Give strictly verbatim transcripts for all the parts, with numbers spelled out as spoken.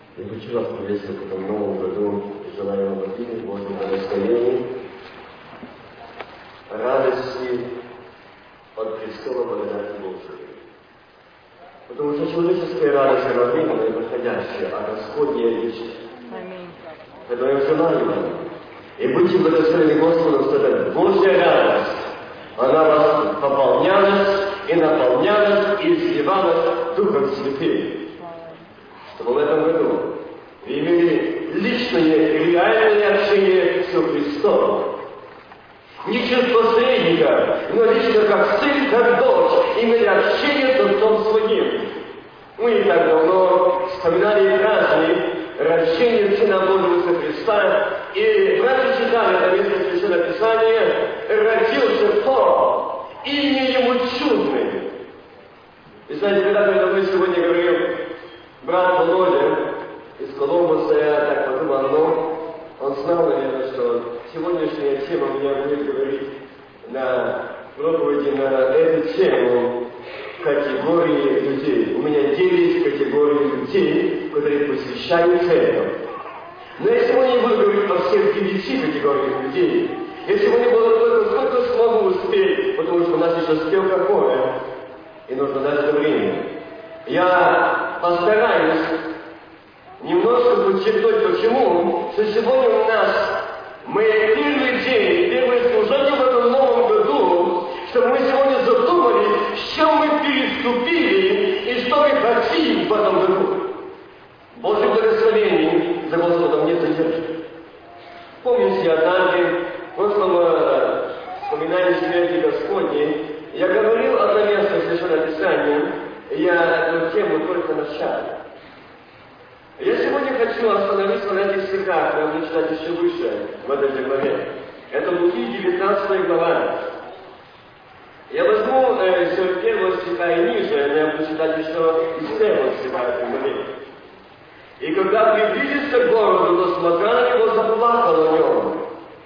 Я хочу вас приветствовать в этом новом году и желаю вам от имени Божьего благословения, радости от Христова благодати Божией. Потому что человеческая радость она временная и проходящая, а Господняя вечная. Поэтому я желаю вам. И будьте благословены Господом, что эта Божья радость, она вас пополнялась и наполнялась и изливалась Духом Святым. Чтобы в этом году вы имели личное и реальное общение с Христом. Не через посредника, но лично как сын, как дочь, имели общение с Отцом Своим. Мы не так давно вспоминали праздник рождения Сына Божьего Иисуса Христа, и братья читали это место Священного Писания, родился то, имя Ему чудное. И знаете, когда мы сегодня говорим, брат Володя из Колумбуса, я так подумал, ну, он знал, наверное, что сегодняшняя тема меня будет говорить на проповеди на эту тему категории людей. У меня девять категорий людей, которые посвящаются этому. Но я сегодня не буду говорить о всех девяти категориях людей. Я сегодня буду только сколько смогу успеть, потому что у нас еще спел какое, и нужно дать это время. Я постараюсь немножко подчеркнуть, почему, что сегодня у нас мы первый день, первое служение в этом новом году, чтобы мы сегодня задумали, с чем мы переступили и что мы хотим в этом году. Божье благословение за Господом не задержит. Помните, однажды, в прошлом вспоминании смерти Господней, я говорил одно место Священного Писания, я эту тему только начал. Я сегодня хочу остановиться на этих стихах, я буду читать еще выше в этой же главе. Это Луки, девятнадцатая глава. Я возьму э, все первого стиха и ниже, но я буду читать еще из первого стиха этой главы. И когда приблизился к городу, то смотря на него, заплакал о нем.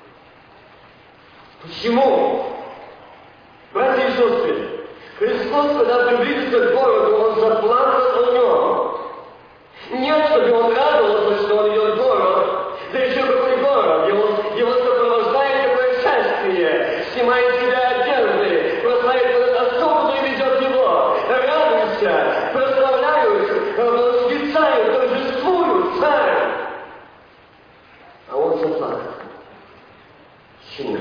Почему? Братья и сестры, Христос, когда приблизился к городу, Он заплакал о нем. Нет, чтобы Он радовался, что Он идет в город. Да еще какой город? Его, его сопровождает такое шествие, снимает с себя одежды, прославляет особо и ведет его. Радуйся, прославляют, восклицают, торжествуют, царь. А он заплакал. Почему?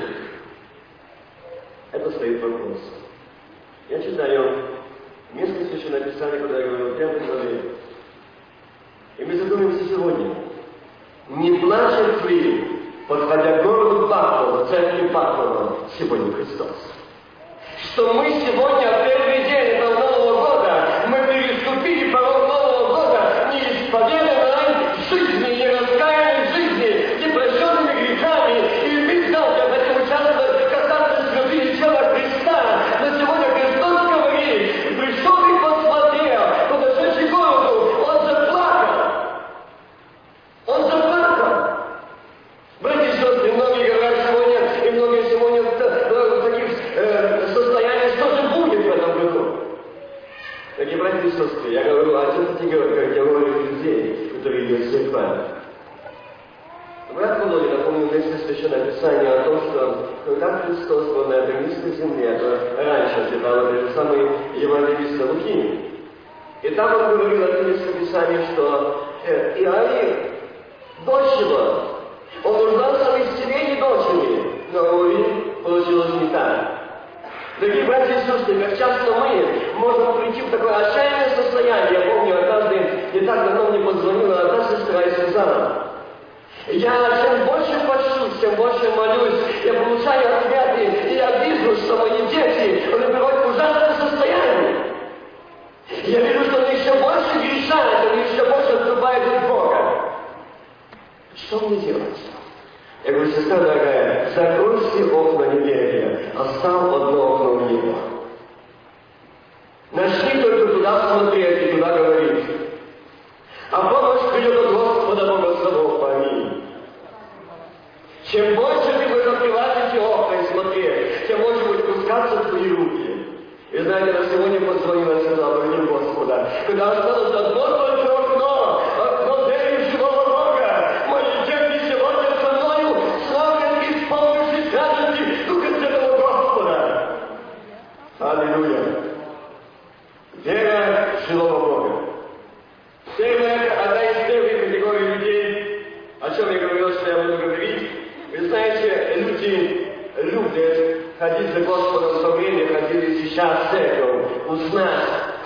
Это стоит вопрос. Я читаю место Священного Писания, когда я говорил в первой главе. И мы задумаемся сегодня, не плачет ли, подходя к городу Бахмута, церкви Бахмута, сегодня Христос? Что мы сегодня, в первый день этого Нового года, мы переступили порог Нового года не исповеданной жизни, не раскаянной жизни, не прощенными грехами, и мы знал, я хотел участвовать, касаться с любви тела Христа, но сегодня Христос говорит, пришел и посмотрел, подошедший к городу, Он заплакал. Он заплакал. Братья и сестры, многие говорят сегодня, и многие сегодня в, в, в таких э, состояниях, что же будет в этом году. Такие братья и сестры, я говорю о тех категориях людей, которые идут в церковь. Брат Володя напомнил место Священного Писания о том, что когда Христос был на этой низкой земле, то раньше читал это же самый евангелист Луки. И там он говорил о этом месте Писания, что э, Иаир, дочь его, он нуждался в исцелении дочери, но, увы, получилось не так. Дорогие братья и сестры, как часто мы можем прийти в такое отчаянное состояние. Я помню, однажды, не так давно мне позвонила одна сестра и сказала, я чем больше пощусь, чем больше молюсь, я получаю ответы, и я вижу, что мои дети пребывают в ужасном состоянии. Я вижу, что они еще больше грешают, они еще больше отступают от Бога. Что мне делать? Я говорю, сестра дорогая, закрой все окна неверия, оставь одно окно в небо. Начни только туда смотреть и туда говорить. А помощь придет от Господа Бога Савов. Аминь. Чем больше ты будешь открывать эти окна и смотреть, тем больше будет пускаться в твои руки. И знаете, она сегодня позвонила и сказала, благодарю Господа. Когда осталось одно только окно, окно двери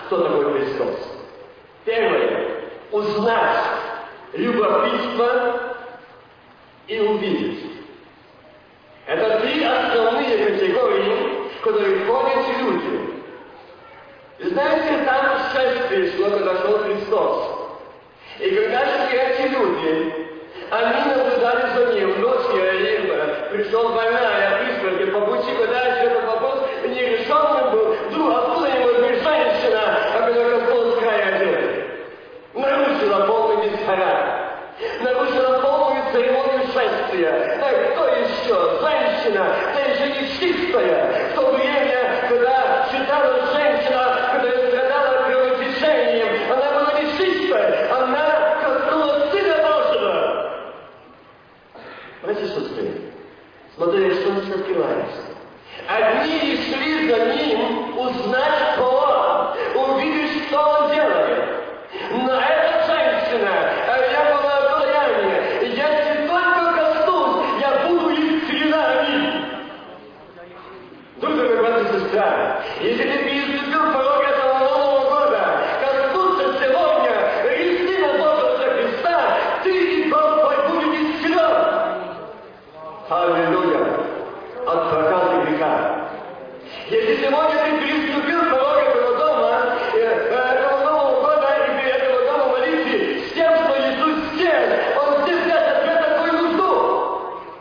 кто такой Христос. Первое. Узнать любопытство и увидеть. Это три основные категории, в которые входят люди. И знаете, там шесть пришло, когда шел Христос. И когда же эти люди, они наблюдали за ним, ночь и пришел больная, присмерти, по пути, когда этот вопрос нерешенным был, вдруг откуда ему говорит, женщина, а когда коснулась края одежды, нарушила полный беспорядок, нарушила полную церемонию шествия. Так кто еще? Женщина, да еще не чистая. В то время, когда считалась женщина, когда страдала кровотечением, она была не чистая, она коснулась Сына Божьего. Братья и сестры, смотрите, что здесь открывается. Одни шли за ним узнать, кто он, увидеть, что он делает. Но эта женщина, я была в влиянии, если только коснусь, я буду исцелена им. Друзья, брат и сестра, если ты переступил порог этого Нового года, коснуться сегодня истины Божьего Христа, ты и дом твой будет исцелен. Аллилуйя! От проказы греха. Если сегодня ты переступил порог этого дома, этого Нового года и этого дома молитвы, с тем, что Иисус здесь, Он здесь даст ответ на твою нужду.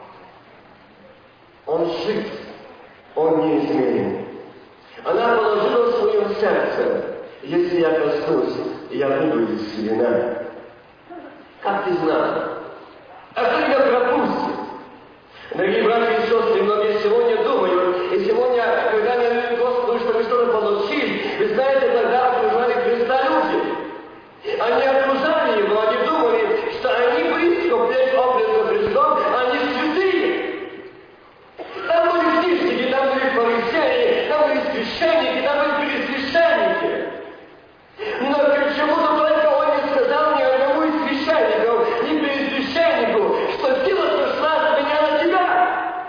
Он жив, Он неизменен. Она положила в своем сердце, если я коснусь, я буду исцелена. Как ты знаешь? А кто тебя пропустит? Дорогие братья и сестры, многие сегодня думают, и сегодня, когда они говорят Господу, что мы что-то получили, вы знаете, тогда окружали Христа люди. Они окружали Его, они думали, что они близко, блядь, облако Христом, они святые. Там были книжники, там были фарисеи, там были священники, там были пересвященники. Но почему-то только он не сказал ни одному из священников, ни пересвященнику, что сила сошла с меня на тебя.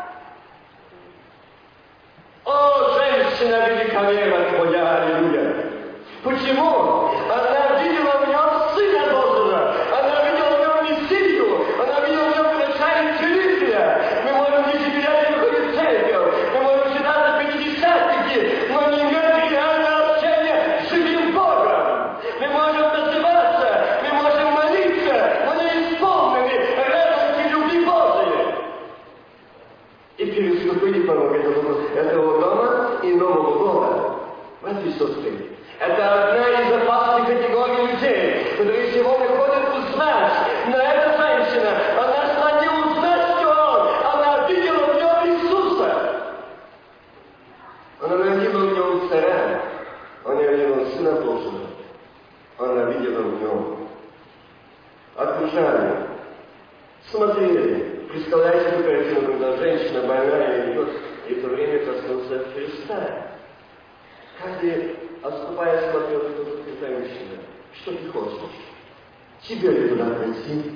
О, женщина великовера твоя, аллилуйя! Почему? Она видела в нем Сына Божьего, она видела в нем Мессию, она видела в нем врача и целителя. Мы можем не терять и выходить в церковь, мы можем считаться пятидесятники, но не иметь реального общения с живым Богом. Мы можем называться, мы можем молиться, но не исполнены радости любви Божией. И переступили порог этого, этого дома и Нового года. Братья и сестры, это одна из опасных категорий людей, которые сегодня ходят узнать. Но эта женщина, она шла не узнать, что он, она видела в нем Иисуса. Она видела в нем царя, она видела Сына Божьего, она видела в нем. Окружали, смотрели. Представляете эту картину, когда женщина больная идет, и в то время коснулся Христа. Каждый, отступая, смотрел, что тут мужчина. Что ты хочешь? Тебе ли туда прийти?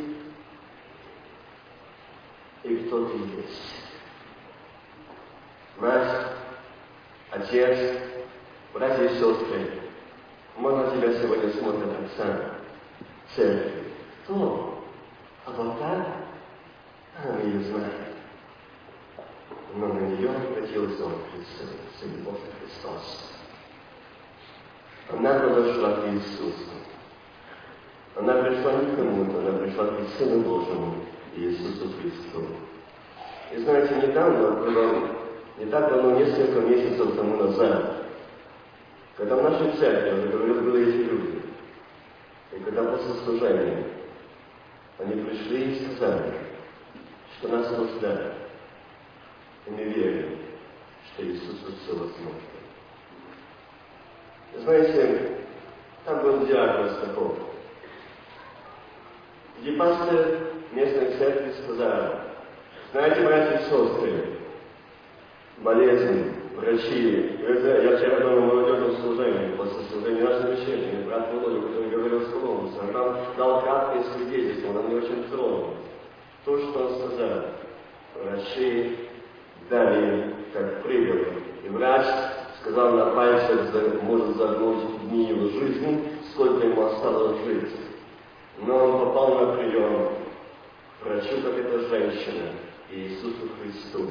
И кто ты есть? Мать, отец, братья и сестры, можно тебя сегодня смотрят отца, церкви. Кто? А вот так? Она ее знает. Но на нее обратился он, Сын Божий Христос. Она подошла к Иисусу. Она пришла не к кому-то, она пришла к Сыну Божьему, Иисусу Христу. И знаете, недавно было, не так давно, несколько месяцев тому назад, когда в нашей церкви, уже говорил, были эти люди, и когда после служения они пришли и сказали, что нас нуждают, и мы верим, что Иисусу все возможно. Знаете, там был диагноз такой. И пастор местной церкви сказал, знаете, братья и сестры, болезнь, врачи, я вчера был на молодежном служении, после служения нашего священника, брат Володя, который говорил с Коломусом, он нам дал краткое свидетельство, он мне очень тронул. То, что он сказал, врачи дали, как прыгали, и врач сказал, на пальцах может загнуть дни его жизни, сколько ему осталось жить. Но он попал на прием к врачу, как эта женщина, Иисусу Христу.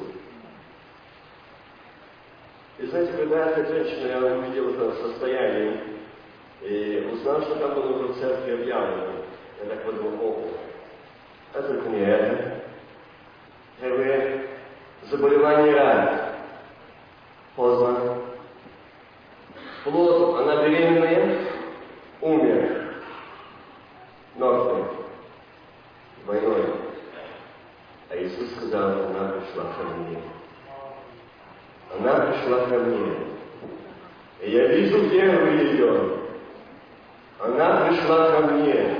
И знаете, когда эта женщина, я увидел это состояние, и узнал, что там было в церкви объявлено, я так подумал, о, это только не это. Я говорю, заболевание рак. Поздно. Плод, она беременная, умер. Мертвый. Больной. А Иисус сказал, она пришла ко мне. Она пришла ко мне. И я вижу веру ее. Она пришла ко мне.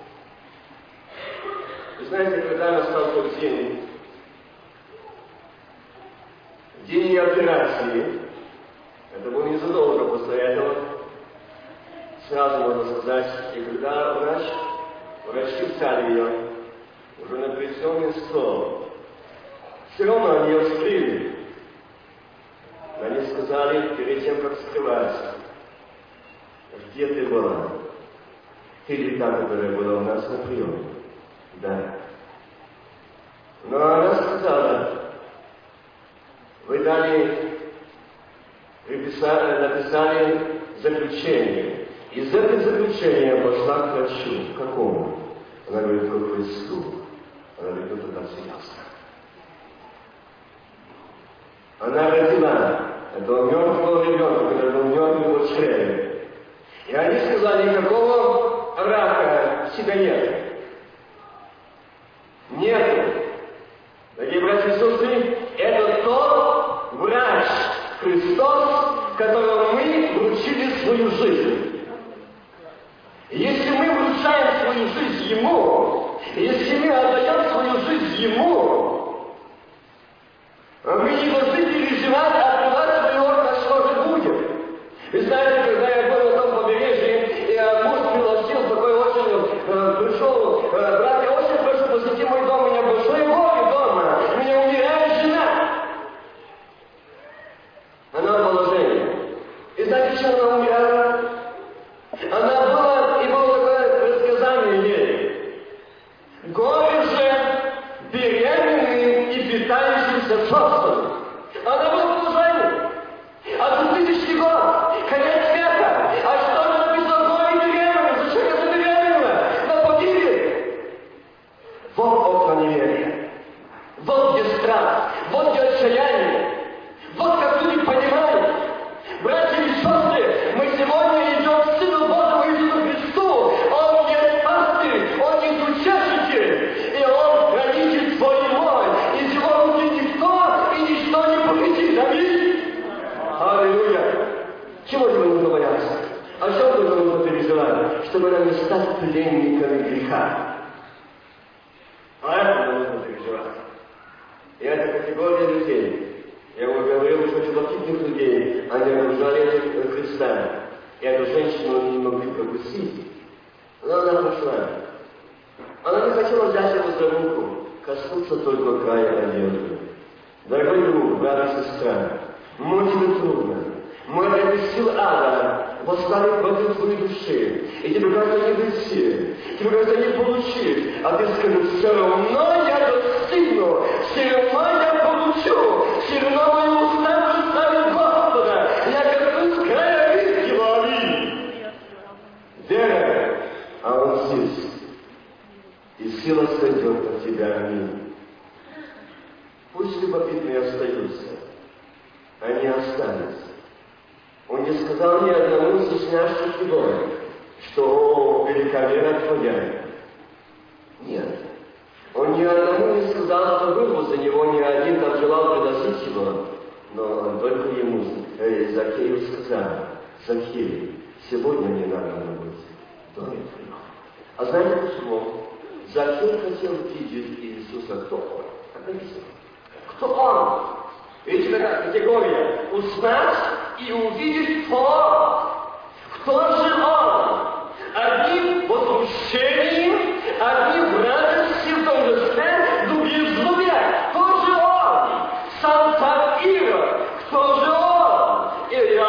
Вы знаете, когда настал тот день, день ее операции, это было незадолго после этого, сразу можно сказать, и когда врач, врачи взяли ее уже на операционный стол, все равно они ее вскрыли. Они сказали, перед тем, как вскрывать, где ты была? Ты ли та, которая была у нас на приеме? Да. Но она сказала, вы дали, написали, написали заключение. Из этого заключения я пошла к врачу. Какому? Она говорит, к Христу. Она говорит, ну тогда все ясно. Она родила этого мертвого ребенка, который был мертвый в чреве. И они сказали, никакого рака в себя нет. Нет. Дорогие братья и сестры, это тот врач, Христос, которому мы вручили свою жизнь. И если мы вручаем свою жизнь Ему, если мы отдаем свою жизнь Ему, мы не должны переживать, открывать свой орган, что же будет. Вы знаете, когда я был на том побережье, и муж пригласил, такой очень, э, пришел, э, брат, я очень прошу, посети мой дом, у меня большое горе дома, у меня умирает жена. Она в положении. И знаете, что она умирала? Она была, и было такое предсказание ей. Горе же беременным и питающимся собственным. Она была в положении. А двухтысячный год, конец века. А что же написано горе беременным? Зачем это беременна? На погибель. Вот окна неверия. Вот где страх. Вот где отчаяние. Вот как люди понимают. Братья и сестры, мы сегодня идем к Сыну Божьему Иисусу Христу. Он есть пастырь, Он есть утешитель, и Он хранитель твой и мой. Из Его руки никто и ничто не победит. Аминь. Аллилуйя. Чего же нужно бояться? О чем же нужно переживать? Чтобы нам не стать пленниками греха. А это нужно переживать. И это категория людей. Я ему говорил, что любопытных людей, они окружали Христа. И эту женщину они не могли пропустить. Но она пошла. Она не хотела взять его за руку, коснуться только края одежды. Дорогой друг, брат и сестра, может быть трудно. Может быть сил ада восставить против твоей души. И тебе кажется не выйти, тебе кажется не получить. А ты скажешь, все равно я достигну, все равно я получу, все равно мои уста представят Господа. Я коснусь края рыбки лови. Вера, а он здесь. И сила сойдет от тебя. Аминь. Пусть любопытные остаются. Они останутся. Он не сказал ни одному стеснящему его, что великолепна твоя. Нет. Он ни одному не сказал, что был за него, ни один там желал приносить его. Но он только ему, э, Закею, сказал, Закей, сегодня не надо быть в доме твоем. А знаете почему? Закей хотел видеть Иисуса. Кто он? Как написано? Кто он? Видите, какая категория? Узнать и увидеть кто? Кто же он? Одни в возмущении, одни в радости, в торжестве, другие в злобе. Кто же он? Сам царь Ирод. Кто же он? Или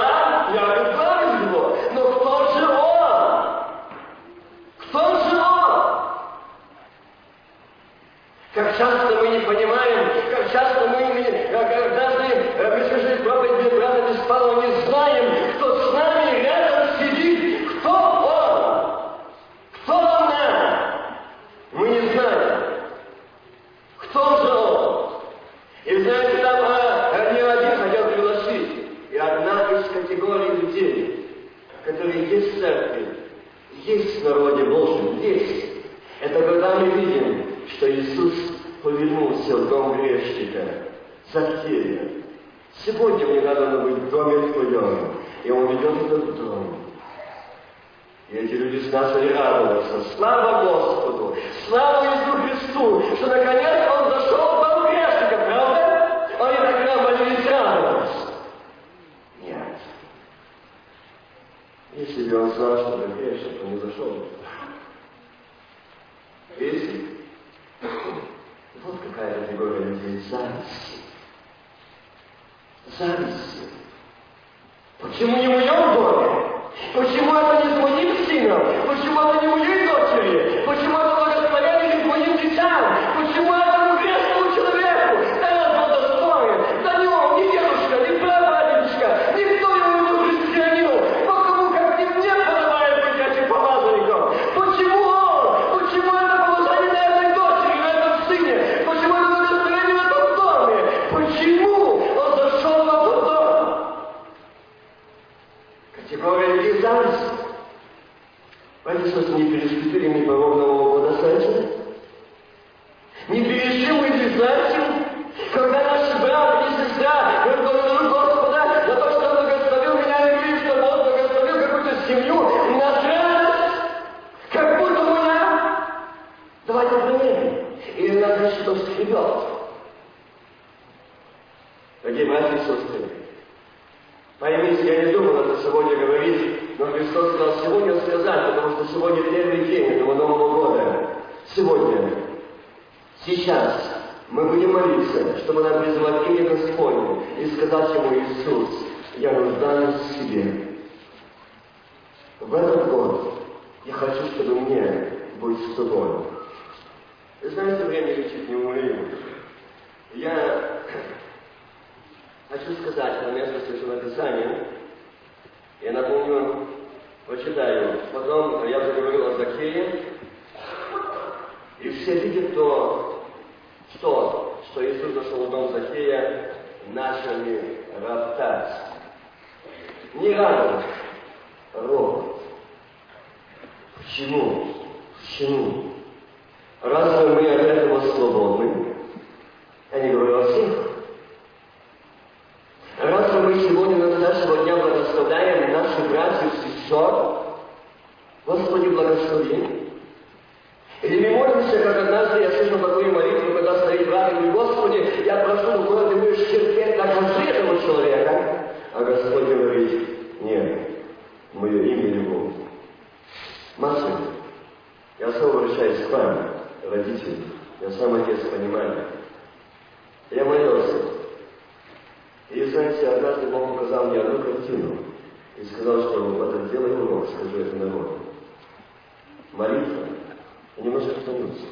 Как часто мы не понимаем, как часто мы, как каждый, мы слышали проповедь брата Беспалова, не знаем, кто с нами рядом сидит, кто он, кто она. Мы не знаем, кто же он. И знаете, там а, не один хотел пригласить, и одна из категорий людей, которые есть в церкви, есть в народе Божьем, есть. Это когда мы видим, что Иисус повернулся в дом грешника, Закхея. Сегодня мне надо быть в доме твоем. И он идет в этот дом. И эти люди начали радоваться. Слава Господу! Слава Иисусу Христу! Что наконец он зашел в дом грешника, правда? Они тогда молились радоваться. Нет. Если бы он знал, что это грешник, он не зашел бы. Видите? Вот какая категория людей зависти. Зависти. Почему не в моем доме? Почему это не с моим сыном? Почему это не моей дочери? Почему это благословение не моим детям? Почему этому грешному человеку? Да я был достоин. Да не он, ни дедушка, ни прабабушка, никто ему не христианин. Но кому как не мне подавает быть этим помазанником? Почему он? Почему это положение на этой дочери, на этом сыне? Почему это благословение в этом доме? Почему он зашел в этот дом? Категория людей зависти. Понимаете, что не переступили ни порог Нового года с этим? Не перешли мы с этим? Когда наш брат и сестра благодарю Господа за то, что Он благословил меня, и говорит, что Он благословил какую-то семью, нас радость, как будто у меня. Давайте проверим. Или нас что-то скребет. Дорогие братья и сестры, поймите, я не думал это сегодня говорить, но Христос сказал сегодня сказать, потому что сегодня первый день этого Нового года. Сегодня, сейчас мы будем молиться, чтобы нам призвать имя Господне и сказать Ему: Иисус, я нуждаюсь в Себе. В этот год я хочу, чтобы мне быть с Тобой. Вы знаете, время летит неумолимо. Я хочу сказать на место Священного Писания. Я напомню, прочитаю. Потом я заговорил о Закхее. И все видят то, что, что Иисус зашел в дом Закхея, начали роптать. Не радость, ропот. Почему? Почему? Разве мы от этого свободны? Я не говорю о всех. Разве мы сегодня на нашего дня благословляем наших братьев и сестер? Господи, благослови. Или мы молимся, как однажды я слышал такую молитву, когда стоит брат и говорит: Господи, я прошу, куда ты будешь терпеть на конце этого человека? А Господь говорит: нет, мое имя любовь. Матери, я снова обращаюсь к вам, родители, я сам отец, понимаю. Я молился. И, знаете, однажды Бог показал мне одну картину и сказал, что вот сделай урок, скажу это народу. Молитва и немножко становится.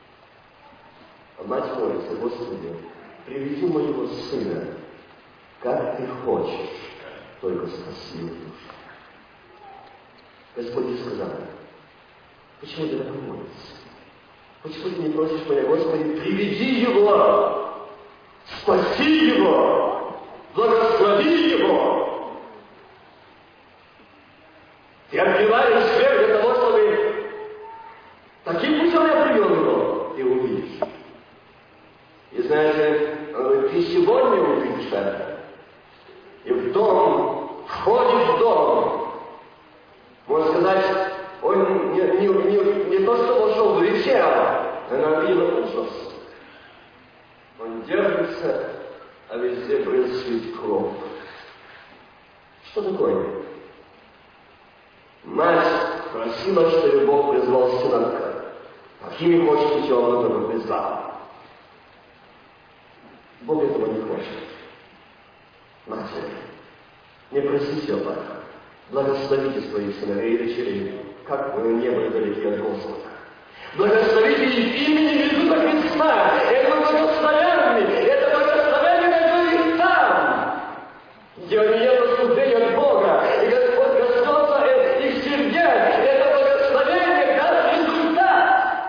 А мать молится: Господи, приведи моего сына, как ты хочешь, только спаси его душу. Господь ей сказал: почему ты так молишься? Почему ты не просишь меня: Господи, приведи его, спаси его, благослови его. Ты открываешь дверь для того, чтобы таким путем я привел его, и увидишь. И знаете, ты сегодня увидишь это. И в дом, входит в дом. Можно сказать, он не, не, не, не то, что вошел в вечер, она видела ужас. Он держится, а везде брызжет кровь. Что такое? Мать просила, чтобы Бог призвал сынка. Какими хочете, он этого призвал. Бог этого не хочет. Матери, не просите об этом. Благословите своих сыновей и дочерей, как бы не были далеки от Господа. Благословите их именем Иисуса Христа, они осуждение от Бога. И Господь коснется их сердец. Это благословение даст результат.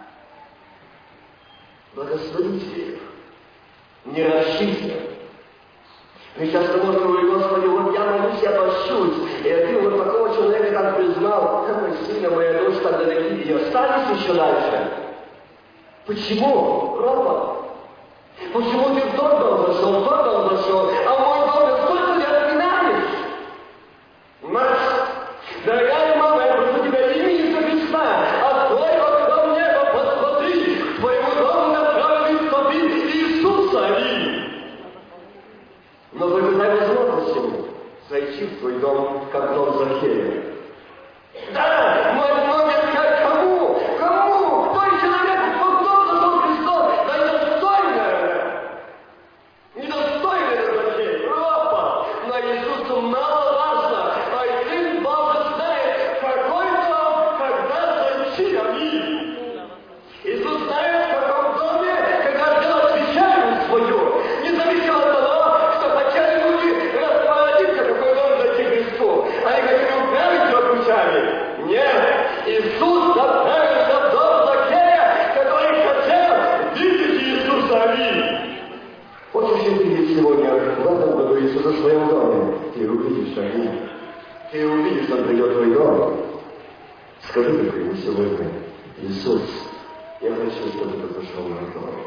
Благословите их. Не ропщите. Мы часто можем говорить: Господи, вот я молюсь, я пощусь. И ты вот такого человека так признал, какой сильно моя душа так далеки, и останется еще дальше. Почему? Ропот. Почему ты в тот дом зашел, в тот дом зашел, а в мой дом сколько ты отминаешь? Мать, дорогая мама, я прошу тебя, именем Христа, открой окно неба, посмотри, к твоему дому направили стопи Иисуса. Аминь. Но только дай возможность ему зайти в твой дом, как дом Закхея. Да, мой номер как кому? Кому? Кто из человека? Кто зашел Христос? Да недостойно. Недостойно Закхей. Ропа. Но Иисусу мало важно. А Сын Божий знает, какой дом, когда зайти. Аминь. Иисус знает, в каком доме, когда сделать вечерю свою. Не зависит от того, что хотели люди распорядиться, какой дом зайти Христу. Они хотели управить его ключами. Нет, Иисус направился в дом Закхея, который хотел видеть Иисуса. Аминь. Хочешь ли видеть сегодня в этом году Иисуса в своем доме? Ты увидишь, аминь. Ты увидишь, он придет в твой дом. Скажи только ему сегодня: Иисус, я хочу, чтобы ты зашел в мой дом.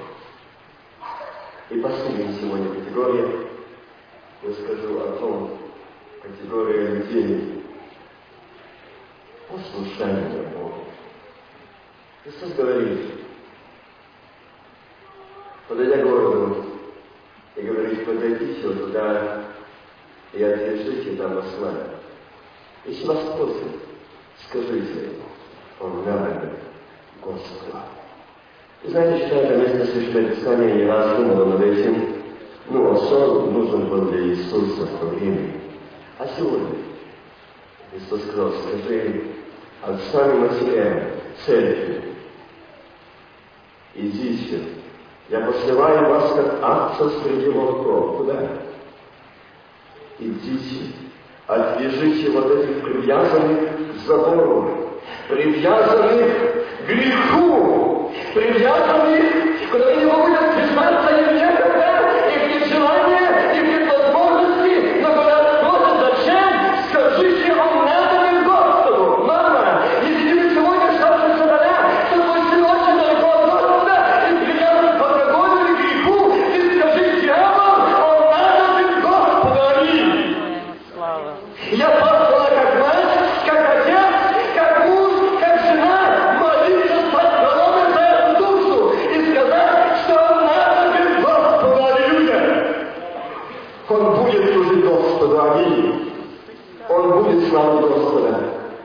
И последняя сегодня категория, я скажу о том, категория людей, послушание Богу. Иисус говорит, подойдя к городу, и говорит: подойдите вот туда и отвяжите там осла. Если вас просят, скажите ему: он нравится Господу. И знаете, читая это место Священного Писания, не раз думал над этим. Ну, осел нужен был для Иисуса в то время. А сегодня Христос сказал: скажи отцам и матерям, церкви, идите, я посылаю вас как овца среди волков. Куда? Идите, отвяжите вот этих привязанных к забору, привязанных к греху, привязанных, которые не могут отписаться им некогда, их нет желания, их нет возможности, но когда просят: зачем? Скажите, он надо Господу. Мама, если ты сегодня ставишь сатана, что твой сын очень далеко от Господа и привязан по прогону и греху, ты скажи: дьявол, он надо Господу. Аминь. Я послала как мать, как отец, как муж, как жена, молиться под головой за эту душу и сказать, что он надо Господу. Аллилуйя. Он будет служить Господу. Аминь. Он будет славить Господа.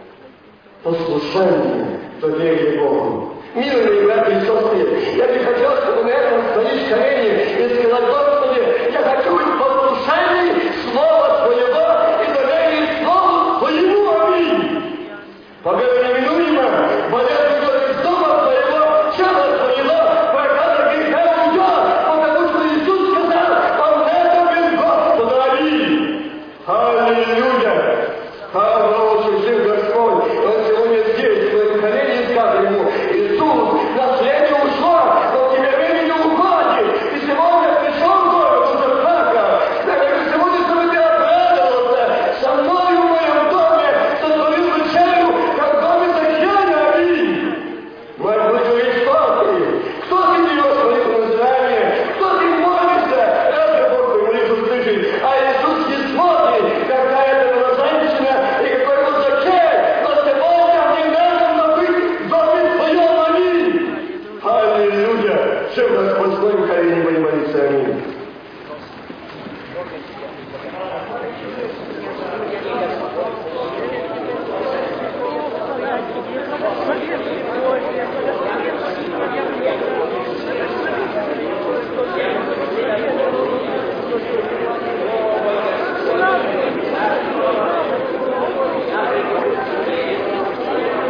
Послушание, доверие Богу. Милые братья и сестры, я бы хотел, чтобы на этом склонить колени и сказать: Господи, я хочу быть послушанием Слова Твоего и доверие Слову Твоему. Аминь. Поговорим неминуемо, болезнь идет из дома Твоего, чада Твоего, проказа греха уйдет, потому что Иисус сказал: он надо без Господа. Аминь. Аллилуйя. А, Боже, жив Господь, Он сегодня здесь, в своем колене, и скажет ему: Иисус, наследие ушло, но тебе время не уходит. И сегодня пришел в город уже плакал. Я говорю: сегодня, чтобы ты обрадовался со мною в моем доме, сотворил вечерю, как в доме Закхея. Аминь. Может быть, говорит: кто ты? Кто ты берешь молитву назидания? Кто ты молишься? Разве Бог твою молитву слышит? А Иисус не смотрит, какая это была женщина и какой был Закхей. Но сегодня мне надо быть в доме Твоем. Аминь. Аллилуйя. Жив Господь, своим коленем будем молиться. Аминь.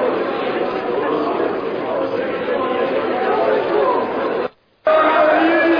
Аминь.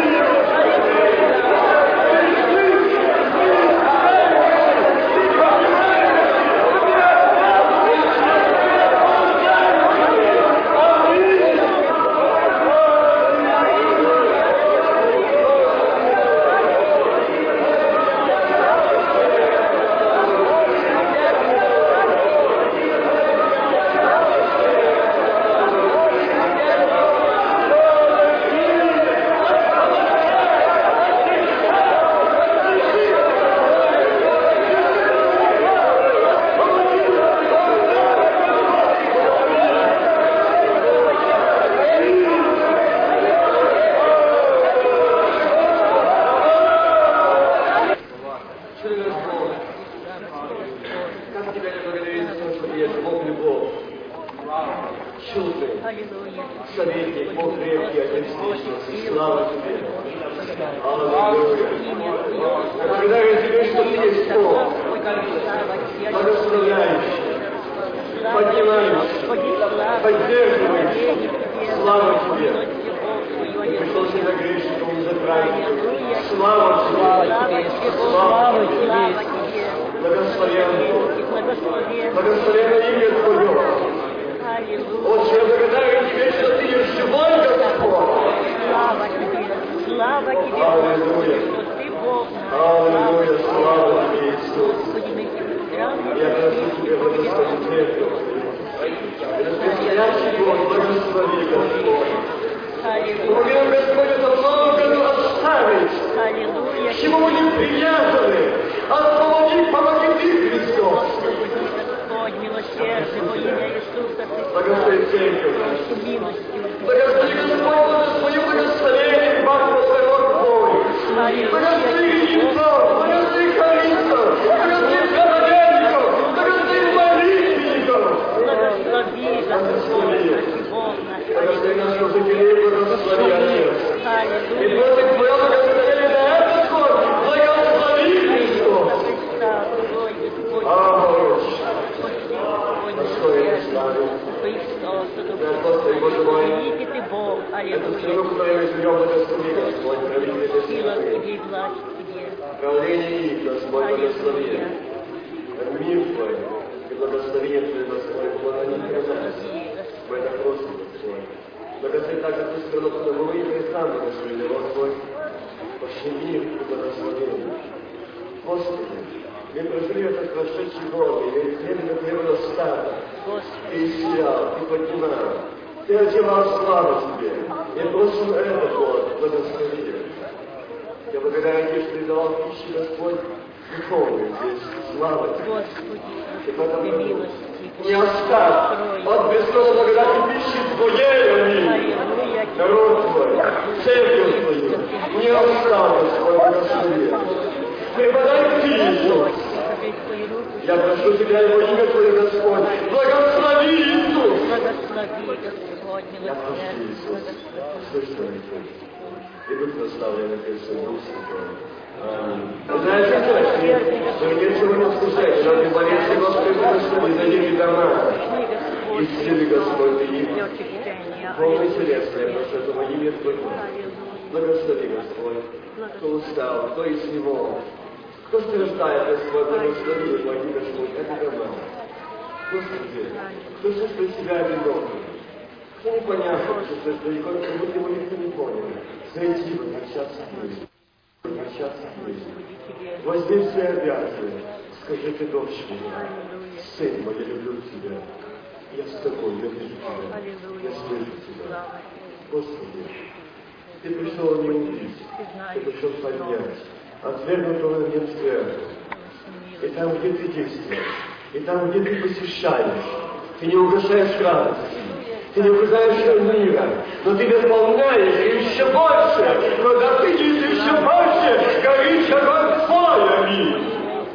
чудный. Советник, Бог крепкий, Отец вечности. Слава Тебе. Аллилуйя. Когда я тебе, что Ты есть Бог, благословляющий, поднимающий, поддерживающий. Слава Тебе. Ты пришел сюда грешником и за праведником. Слава Тебе. Слава Тебе. Благословенный. Благословенное имя Твое. Отче, я благодарю Тебе, что Ты есть живой Господь. Слава Тебе. Слава Тебе, Аллилуйя. что Ты Бог. Аллилуйя. Слава Тебе, Иисус. Я прошу Тебя, благослови церковь. Предстоящий год, благослови, Господь. Помоги нам, Господь, это много оставить. К чему мы не привязаны. Помоги, помоги Ты, Христос. Господь, милосердный, во имя Иисуса Христа. Благослови церковь. Благослови, Господь, за Твое благословение, Бахва Твоего Твой. Благослови Христос, благослови Христос, благослови проповедников, благослови молитвенников. Благослови, Господь, Бог наш. Благослови наших жителей, благослови Отец. И просим Твое благословение на этот год. Благослови Христос. Аминь. Достоин славы. Господи, Боже мой, эту страну, которую мы живем, благослови, Господь, правитель Тебе. Правление их, Господь, благослови. Мир Твой и благословение Твое, Господь, благослови нас. Мы это просим, Господь. Благослови также ту страну, куда мы выехали сам, благослови, Господь. Пошли мир и благословение. Господи, мы прожили этот прошедший год, и хлеб на Твоего стада. Ты исцелял, Ты поднимал. Ты одевал славу Тебе. И просим этот год, благослови. Я благодарю Тебя, что Ты давал пищу, Господь, духовную здесь. Слава Тебе. И потому не оставь от бесценной благодати пищи Твоей, аминь. Народ Твой, церковь Твою, не оставь, Господь, благослови. Преподай Ты, Иисус. Я прошу Тебя, его имя Твое, Господь. Благослови, Иисус. Я прошу, Иисус. Слышь, Твой Иисус. И будь прославлен, Отец, и Дух Святой. Аминь. Знаете, что вы ничего не слушаете, но ты молитесь, Господи, благослови, зайди дома. Исцели, Господь, и полный телесное, прошу этого имя Твое. Благослови, Господь. Кто устал, кто изнемог. Кто страждает, Господь, благослови, помоги, Господь, это дома. Господи, кто чувствует себя одиноким, кто не понял, что чувствует далеко, как будто его никто не понял, зайди, возвращаться к жизни, возвращаться к жизни. Возьми все обязанности, скажи Ты, дочь моя, сын мой, я люблю Тебя, я с Тобой, я вижу Тебя, я слышу Тебя. Господи, Ты пришел не убить, Ты пришел поднять. Отвергнутого нет света. И там, где Ты действуешь, и там, где Ты посещаешь, Ты не угошаешь радости, Ты не угрожаешь мира, но Ты дополняешь еще больше, когда Ты действуешь еще больше, горит огонь Твой, аминь.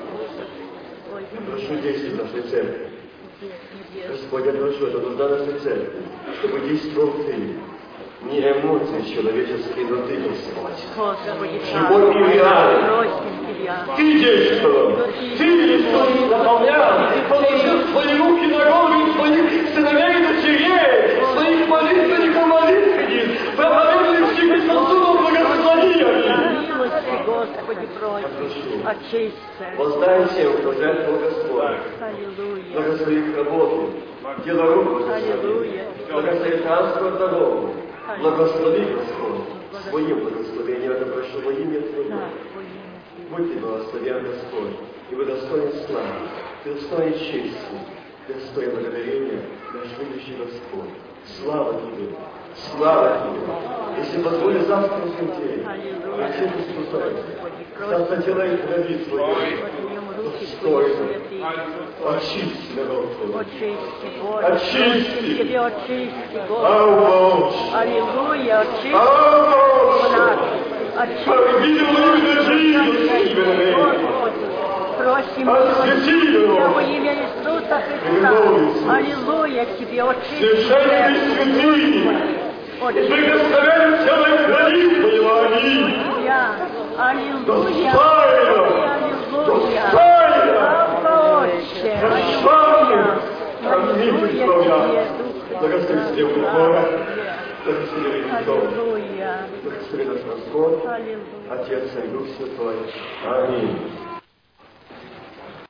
Я прошу действий нашей церкви. Господь, я прошу, это нужна наша церковь, чтобы действовал Ты. Не эмоции человеческие, но Ты, Господь. Живой и реальный. Ты действовал. Ты действовал, наполнял. Ты положил свои руки на головы своих сыновей и дочерей, своих молитвенников молитвенниц, проповедующих и сосудов благослови. Господи, проси, очисти. Воздай всем, кто жертвовал Господь. Благослови их работу, дело рук благослови. Благослови транспорт дорогу. Благослови, Господь, своим благословением, я прошу во имя Твое. Будь Ты благословен, Господь, и Вы достоин славы, Ты достоин чести, Ты достоин благодарения, наш любящий Господь. Слава Тебе, слава Тебе. Если позволишь завтрашний день, прийти в Иисуса, статься тела и крови Твоей, достойно. Очисти народ Твой. Очисти. Помочь. Аллилуйя, очисти. Очисти. Просим, во имя Иисуса Иисуса Христа. Аллилуйя Тебе, очисти Священные святые, благословен целый хранит Твоего, аминь. Аллилуйя. Достойно, достойно, Отче, прощальный, аминь, Аллилуйя Твоя. Тебе, Благослови Святого Бога, благослови Христов, Аллилуйя. благослови наш Господь, Аллилуйя. Отец и Дух Святой. Аминь.